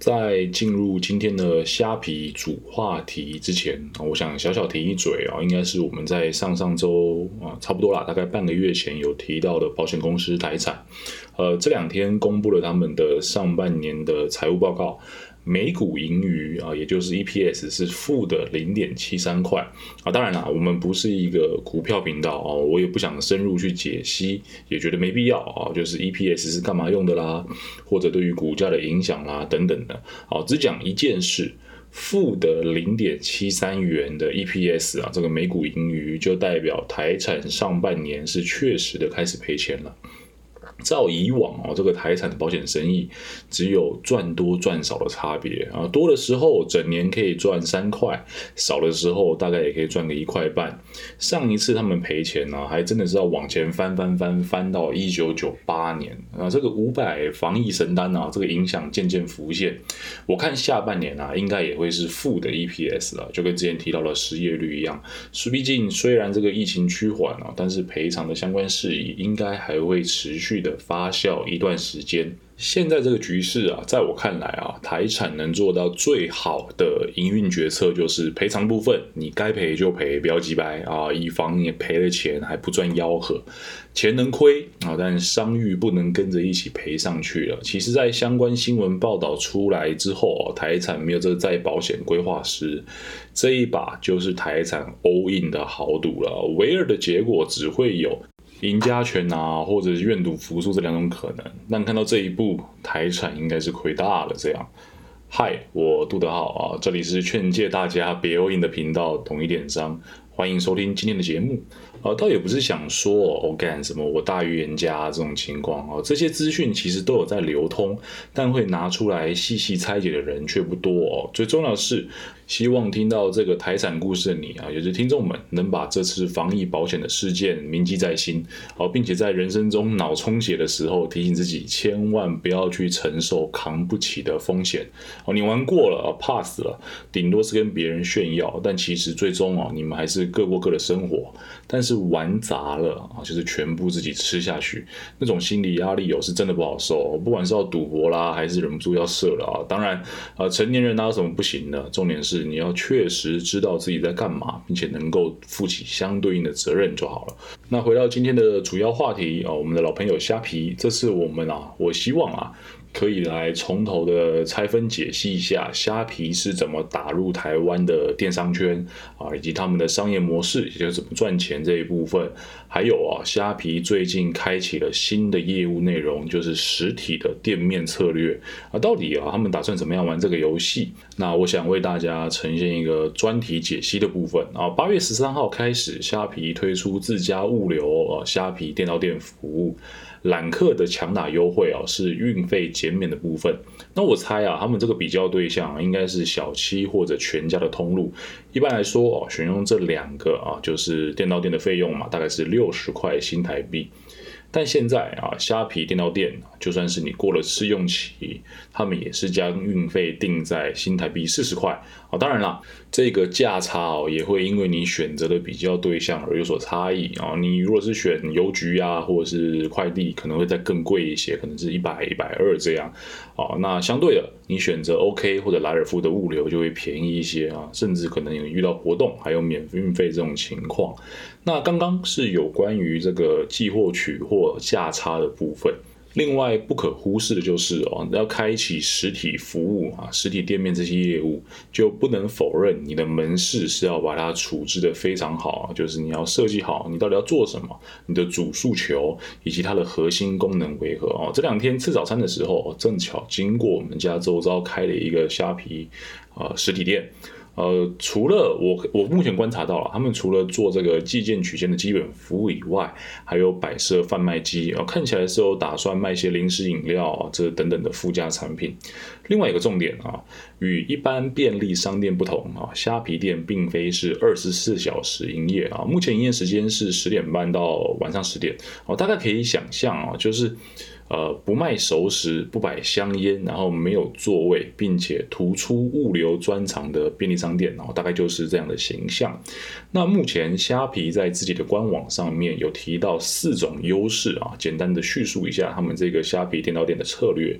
在进入今天的虾皮主话题之前，我想小小提一嘴啊，应该是我们在上周差不多啦，大概半个月前有提到的保险公司台产，这2天公布了他们的上半年的财务报告。每股盈余啊，也就是 EPS 是负的0.73块啊。当然啦，我们不是一个股票频道啊，我也不想深入去解析，也觉得没必要啊。就是 EPS 是干嘛用的啦，或者对于股价的影响啦等等的，只讲一件事。负的0.73元的 EPS 啊，这个每股盈余就代表台产上半年是确实的开始赔钱了。照以往这个台产的保险生意只有赚多赚少的差别啊，多的时候整年可以赚3块，少的时候大概也可以赚个1块半。上一次他们赔钱呢，还真的是要往前翻到1998年啊，这个500防疫神单啊，这个影响渐渐浮现。我看下半年啊，应该也会是负的 EPS 了，就跟之前提到的失业率一样。毕竟虽然这个疫情趋缓啊，但是赔偿的相关事宜应该还会持续的发酵一段时间。现在这个局势啊，在我看来啊，台产能做到最好的营运决策就是赔偿部分，你该赔就赔，不要急掰啊，以防你赔了钱还不赚吆喝。钱能亏啊，但商誉不能跟着一起赔上去了。其实，在相关新闻报道出来之后，台产没有这个再保险规划师，这一把就是台产 all in 的豪赌了。唯二的结果只会有赢家权啊，或者是愿赌服输这2种可能。但看到这一步，台产应该是亏大了。这样，嗨，我杜德浩啊，这里是劝诫大家别 all in 的频道，懂一点商，欢迎收听今天的节目。倒也不是想说干什么我大预言家这种情况这些资讯其实都有在流通，但会拿出来细细拆解的人却不多最重要的是，希望听到这个台产故事的你啊，也就是听众们，能把这次防疫保险的事件铭记在心并且在人生中脑充血的时候提醒自己，千万不要去承受扛不起的风险你玩过了pass 了，顶多是跟别人炫耀，但其实最终你们还是各过各的生活。但是玩砸了就是全部自己吃下去，那种心理压力是真的不好受不管是要赌博啦，还是忍不住要射了当然成年人哪有什么不行的，重点是你要确实知道自己在干嘛，并且能够负起相对应的责任就好了。那回到今天的主要话题我们的老朋友虾皮，这次我希望可以来从头的拆分解析一下虾皮是怎么打入台湾的电商圈以及他们的商业模式，也就是怎么赚钱这一部分。还有虾皮最近开启了新的业务内容，就是实体的店面策略到底他们打算怎么样玩这个游戏？那我想为大家呈现一个专题解析的部分8月13号开始，虾皮推出自家物流虾皮店到店服务。揽客的强打优惠是运费减免的部分。那我猜他们这个比较对象应该是小七或者全家的通路。一般来说选用这2个就是店到店的费用大概是60块新台币。但现在虾皮店到店就算是你过了试用期，他们也是将运费定在新台币40块当然啦，这个价差也会因为你选择的比较对象而有所差异你如果是选邮局或者是快递，可能会再更贵一些，可能是100、120这样那相对的，你选择 OK 或者莱尔富的物流就会便宜一些甚至可能有遇到活动还有免运费这种情况。那刚刚是有关于这个寄货取货价差的部分。另外不可忽视的就是要开启实体服务实体店面这些业务，就不能否认你的门市是要把它处置的非常好就是你要设计好你到底要做什么，你的主诉求以及它的核心功能为何这2天吃早餐的时候正巧经过我们家周遭开了一个虾皮实体店。除了我目前观察到了，他们除了做这个寄件取件的基本服务以外，还有摆设贩卖机看起来是有打算卖些零食饮料这等等的附加产品。另外一个重点与一般便利商店不同虾皮店并非是24小时营业目前营业时间是10点半到晚上10点大概可以想象就是不卖熟食，不摆香烟，然后没有座位，并且突出物流专长的便利商店大概就是这样的形象。那目前虾皮在自己的官网上面有提到4种优势简单的叙述一下他们这个虾皮店到店的策略。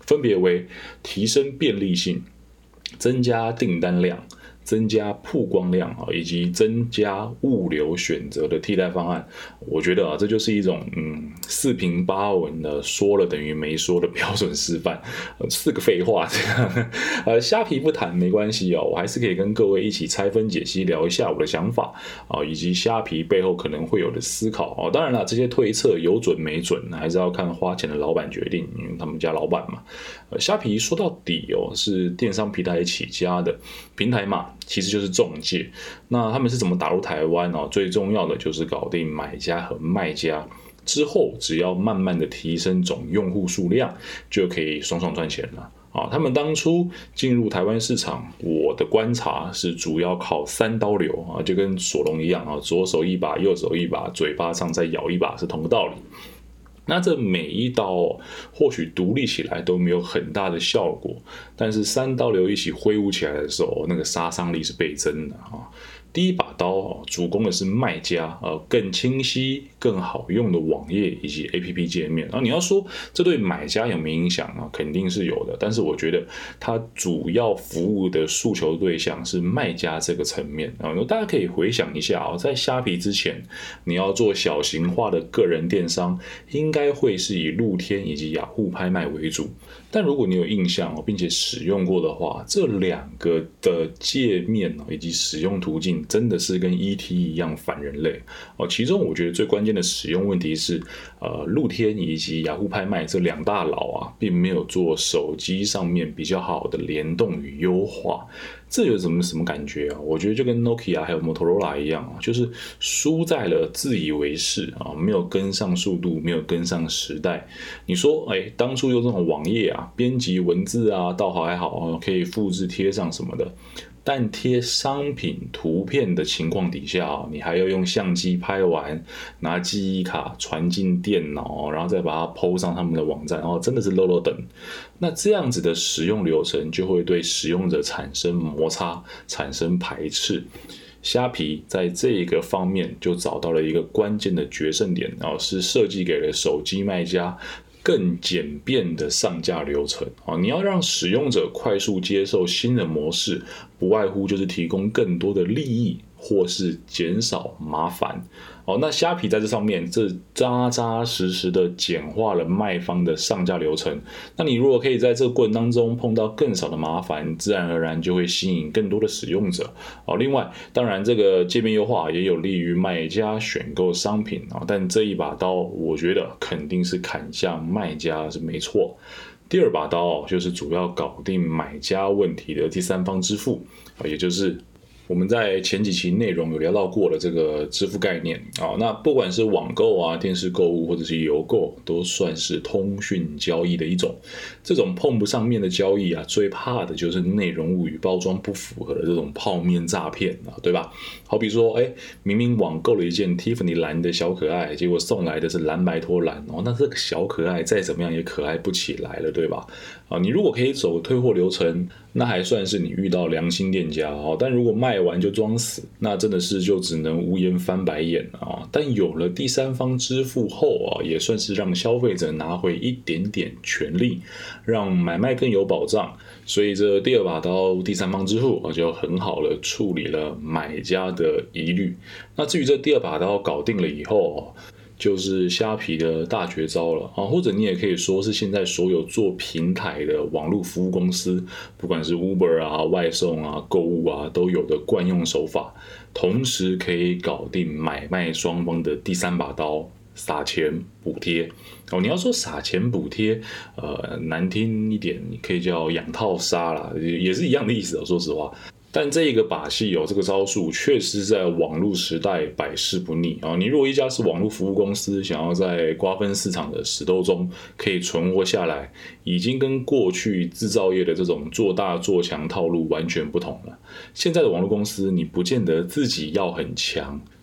分别为提升便利性、增加订单量、增加曝光量以及增加物流选择的替代方案。我觉得这就是一种四平八稳的说了等于没说的标准示范，4个废话这样。虾皮不谈没关系我还是可以跟各位一起拆分解析，聊一下我的想法以及虾皮背后可能会有的思考当然了，这些推测有准没准还是要看花钱的老板决定，因为他们家老板嘛。虾皮说到底是电商平台起家的平台嘛，其实就是中介。那他们是怎么打入台湾最重要的就是搞定买家和卖家，之后只要慢慢的提升总用户数量，就可以爽爽赚钱了。他们当初进入台湾市场，我的观察是主要靠3刀流就跟索隆一样左手一把，右手一把，嘴巴上再咬一把是同个道理。那这每一刀或许独立起来都没有很大的效果，但是3刀流一起挥舞起来的时候，那个杀伤力是倍增的第一把刀主攻的是卖家更清晰、更好用的网页以及 APP 界面。你要说这对买家有没有影响肯定是有的，但是我觉得它主要服务的诉求对象是卖家这个层面大家可以回想一下在虾皮之前，你要做小型化的个人电商，应该会是以露天以及雅虎拍卖为主。但如果你有印象并且使用过的话，这2个的界面以及使用途径真的是跟 ET 一样反人类其中我觉得最关键的使用问题是露天以及雅虎拍卖这2大佬并没有做手机上面比较好的联动与优化。这有什么感觉我觉得就跟 Nokia 还有 Motorola 一样就是输在了自以为是没有跟上速度，没有跟上时代。你说当初用这种网页编辑文字倒还好可以复制贴上什么的，但贴商品图片的情况底下你还要用相机拍完，拿记忆卡传进电脑，然后再把它 po 上他们的网站，真的是漏等。那这样子的使用流程就会对使用者产生摩擦，产生排斥。虾皮在这个方面就找到了一个关键的决胜点是设计给了手机卖家更简便的上架流程你要让使用者快速接受新的模式，不外乎就是提供更多的利益或是减少麻烦那虾皮在这上面这扎扎实实的简化了卖方的上架流程。那你如果可以在这个过程当中碰到更少的麻烦，自然而然就会吸引更多的使用者另外当然这个界面优化也有利于卖家选购商品但这一把刀我觉得肯定是砍向卖家是没错。第2把刀就是主要搞定买家问题的第三方支付也就是我们在前几期内容有聊到过的这个支付概念那不管是网购电视购物或者是邮购，都算是通讯交易的一种。这种碰不上面的交易最怕的就是内容物与包装不符合的这种泡面诈骗对吧？好比说明明网购了一件 Tiffany 蓝的小可爱，结果送来的是蓝白拖蓝那这个小可爱再怎么样也可爱不起来了，对吧？你如果可以走退货流程，那还算是你遇到良心店家但如果卖完就装死，那真的是就只能无言翻白眼但有了第三方支付后也算是让消费者拿回一点点权利，让买卖更有保障。所以这第2把刀第三方支付就很好的处理了买家的疑虑。那至于这第2把刀搞定了以后就是虾皮的大绝招了或者你也可以说是现在所有做平台的网络服务公司，不管是 Uber 外送购物都有的惯用手法，同时可以搞定买卖双方的第3把刀，撒钱补贴你要说撒钱补贴难听一点你可以叫养套杀啦，也是一样的意思说实话。但这个把戏这个招数确实在网络时代百试不腻你如果一家是网络服务公司，想要在瓜分市场的死斗中可以存活下来，已经跟过去制造业的这种做大做强套路完全不同了。现在的网络公司，你不见得自己要很强，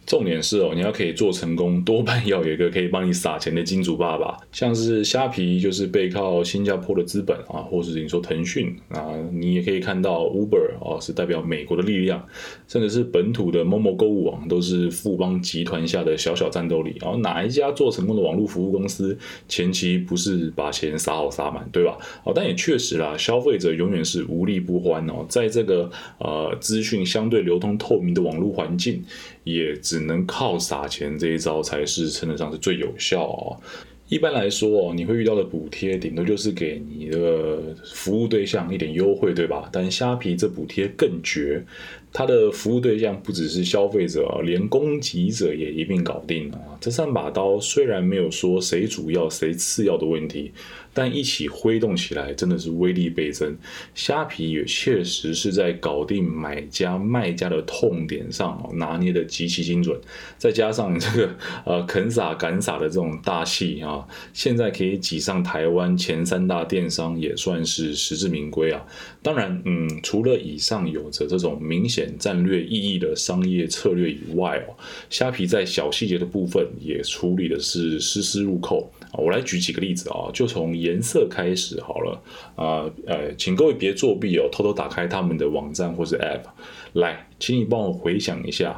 重点是你要可以做成功，多半要有一个可以帮你撒钱的金主爸爸。像是虾皮就是背靠新加坡的资本或是你说腾讯你也可以看到 Uber 是代表美国的力量，甚至是本土的 Momo 购物网都是富邦集团下的小小战斗力。哪一家做成功的网络服务公司前期不是把钱撒好撒满，对吧？但也确实啦，消费者永远是无利不欢在这个资讯相对流通透明的网络环境，也只能靠撒钱这一招才是称得上是最有效一般来说你会遇到的补贴顶多就是给你的服务对象一点优惠，对吧？但虾皮这补贴更绝，它的服务对象不只是消费者连供给者也一并搞定这3把刀虽然没有说谁主要谁次要的问题，但一起挥动起来真的是威力倍增。虾皮也确实是在搞定买家卖家的痛点上拿捏的极其精准，再加上这个肯撒敢撒的这种大气现在可以挤上台湾前3大电商也算是实至名归当然除了以上有着这种明显战略意义的商业策略以外虾皮在小细节的部分也处理的是丝丝入扣。我来举几个例子就从颜色开始好了请各位别作弊偷偷打开他们的网站或是 App 来，请你帮我回想一下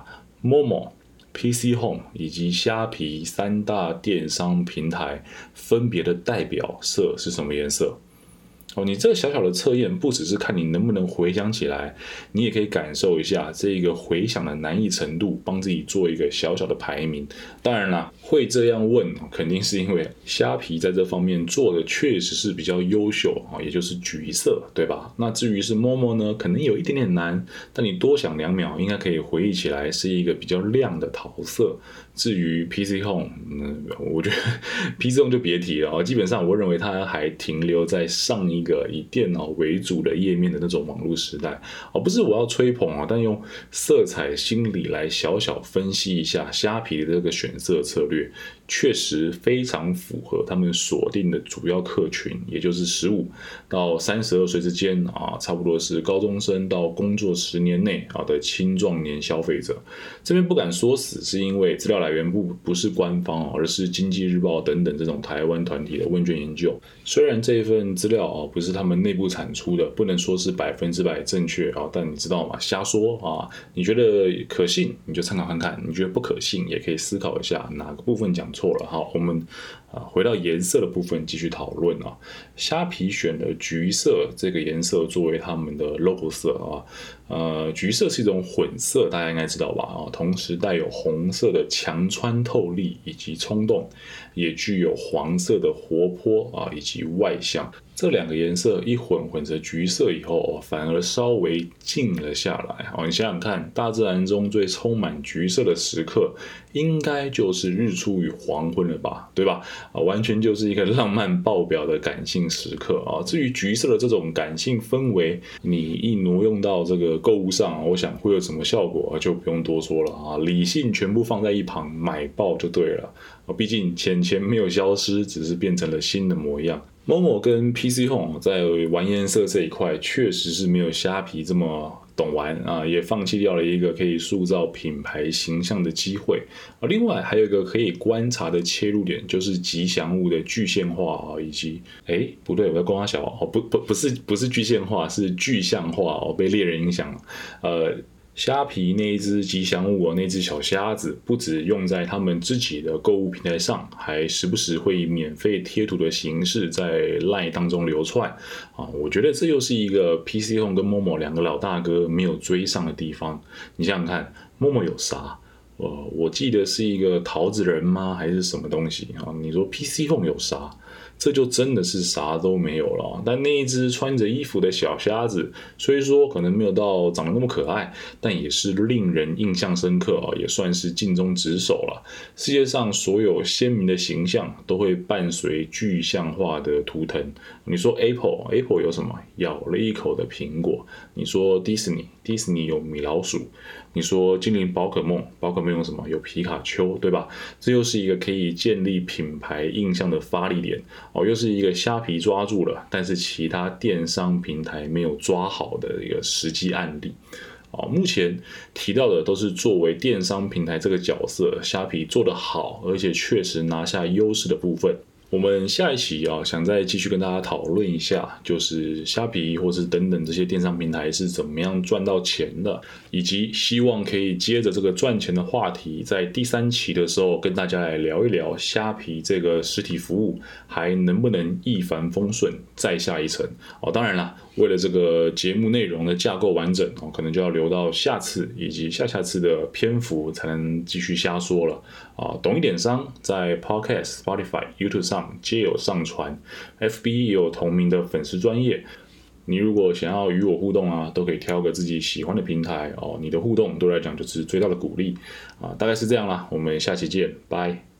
Momo、PC Home 以及虾皮3大电商平台分别的代表色是什么颜色？你这个小小的测验不只是看你能不能回想起来，你也可以感受一下这个回想的难易程度，帮自己做一个小小的排名。当然啦，会这样问肯定是因为虾皮在这方面做的确实是比较优秀也就是橘色，对吧？那至于是 Momo 呢，可能有一点点难，但你多想2秒应该可以回忆起来是一个比较亮的桃色。至于 PC Home，我觉得 PC Home 就别提了基本上我认为它还停留在上一个以电脑为主的页面的那种网络时代不是我要吹捧但用色彩心理来小小分析一下虾皮的这个选色策略，确实非常符合他们锁定的主要客群，也就是15到32岁之间差不多是高中生到工作10年内的青壮年消费者。这边不敢说死，是因为资料来源不是官方而是经济日报等等这种台湾团体的问卷研究。虽然这份资料不是他们内部产出的，不能说是100%正确但你知道吗？瞎说你觉得可信你就参考看看，你觉得不可信也可以思考一下哪个部分讲错了。好，我们回到颜色的部分继续讨论虾皮选了橘色这个颜色作为他们的 logo 色橘色是一种混色，大家应该知道吧同时带有红色的强穿透力以及冲动，也具有黄色的活泼以及外向。这2个颜色一混成橘色以后反而稍微静了下来你想想看，大自然中最充满橘色的时刻应该就是日出与黄昏了吧，对吧完全就是一个浪漫爆表的感性时刻至于橘色的这种感性氛围，你一挪用到这个购物上我想会有什么效果就不用多说了理性全部放在一旁，买爆就对了毕竟钱没有消失，只是变成了新的模样。Momo 跟 PC Home 在玩颜色这一块确实是没有虾皮这么懂玩也放弃掉了一个可以塑造品牌形象的机会另外还有一个可以观察的切入点，就是吉祥物的具象化以及不对，我在光他小不是具象化，是具象化被猎人影响虾皮那一只吉祥物那只小虾子不只用在他们自己的购物平台上，还时不时会以免费贴图的形式在 LINE 当中流窜我觉得这又是一个 PC Home 跟 Momo 2个老大哥没有追上的地方。你想想看 Momo 有啥我记得是一个桃子人吗还是什么东西你说 PC Home 有啥？这就真的是啥都没有了但那一只穿着衣服的小虾子虽说可能没有到长得那么可爱，但也是令人印象深刻也算是尽忠职守了。世界上所有鲜明的形象都会伴随具象化的图腾。你说 Apple 有什么？咬了一口的苹果。你说 Disney 有米老鼠。你说精灵宝可梦有什么？有皮卡丘，对吧？这又是一个可以建立品牌印象的发力点又是一个虾皮抓住了，但是其他电商平台没有抓好的一个实际案例。 目前提到的都是作为电商平台这个角色，虾皮做得好，而且确实拿下优势的部分。我们下一期想再继续跟大家讨论一下，就是虾皮或是等等这些电商平台是怎么样赚到钱的，以及希望可以接着这个赚钱的话题，在第3期的时候跟大家来聊一聊虾皮这个实体服务还能不能一帆风顺再下一层。当然啦，为了这个节目内容的架构完整，可能就要留到下次以及下下次的篇幅才能继续瞎说了。懂一点商在 Podcast、Spotify、YouTube 上皆有上传 ，FB 也有同名的粉丝专页。你如果想要与我互动都可以挑个自己喜欢的平台你的互动对我来讲就是最大的鼓励大概是这样啦，我们下期见，拜。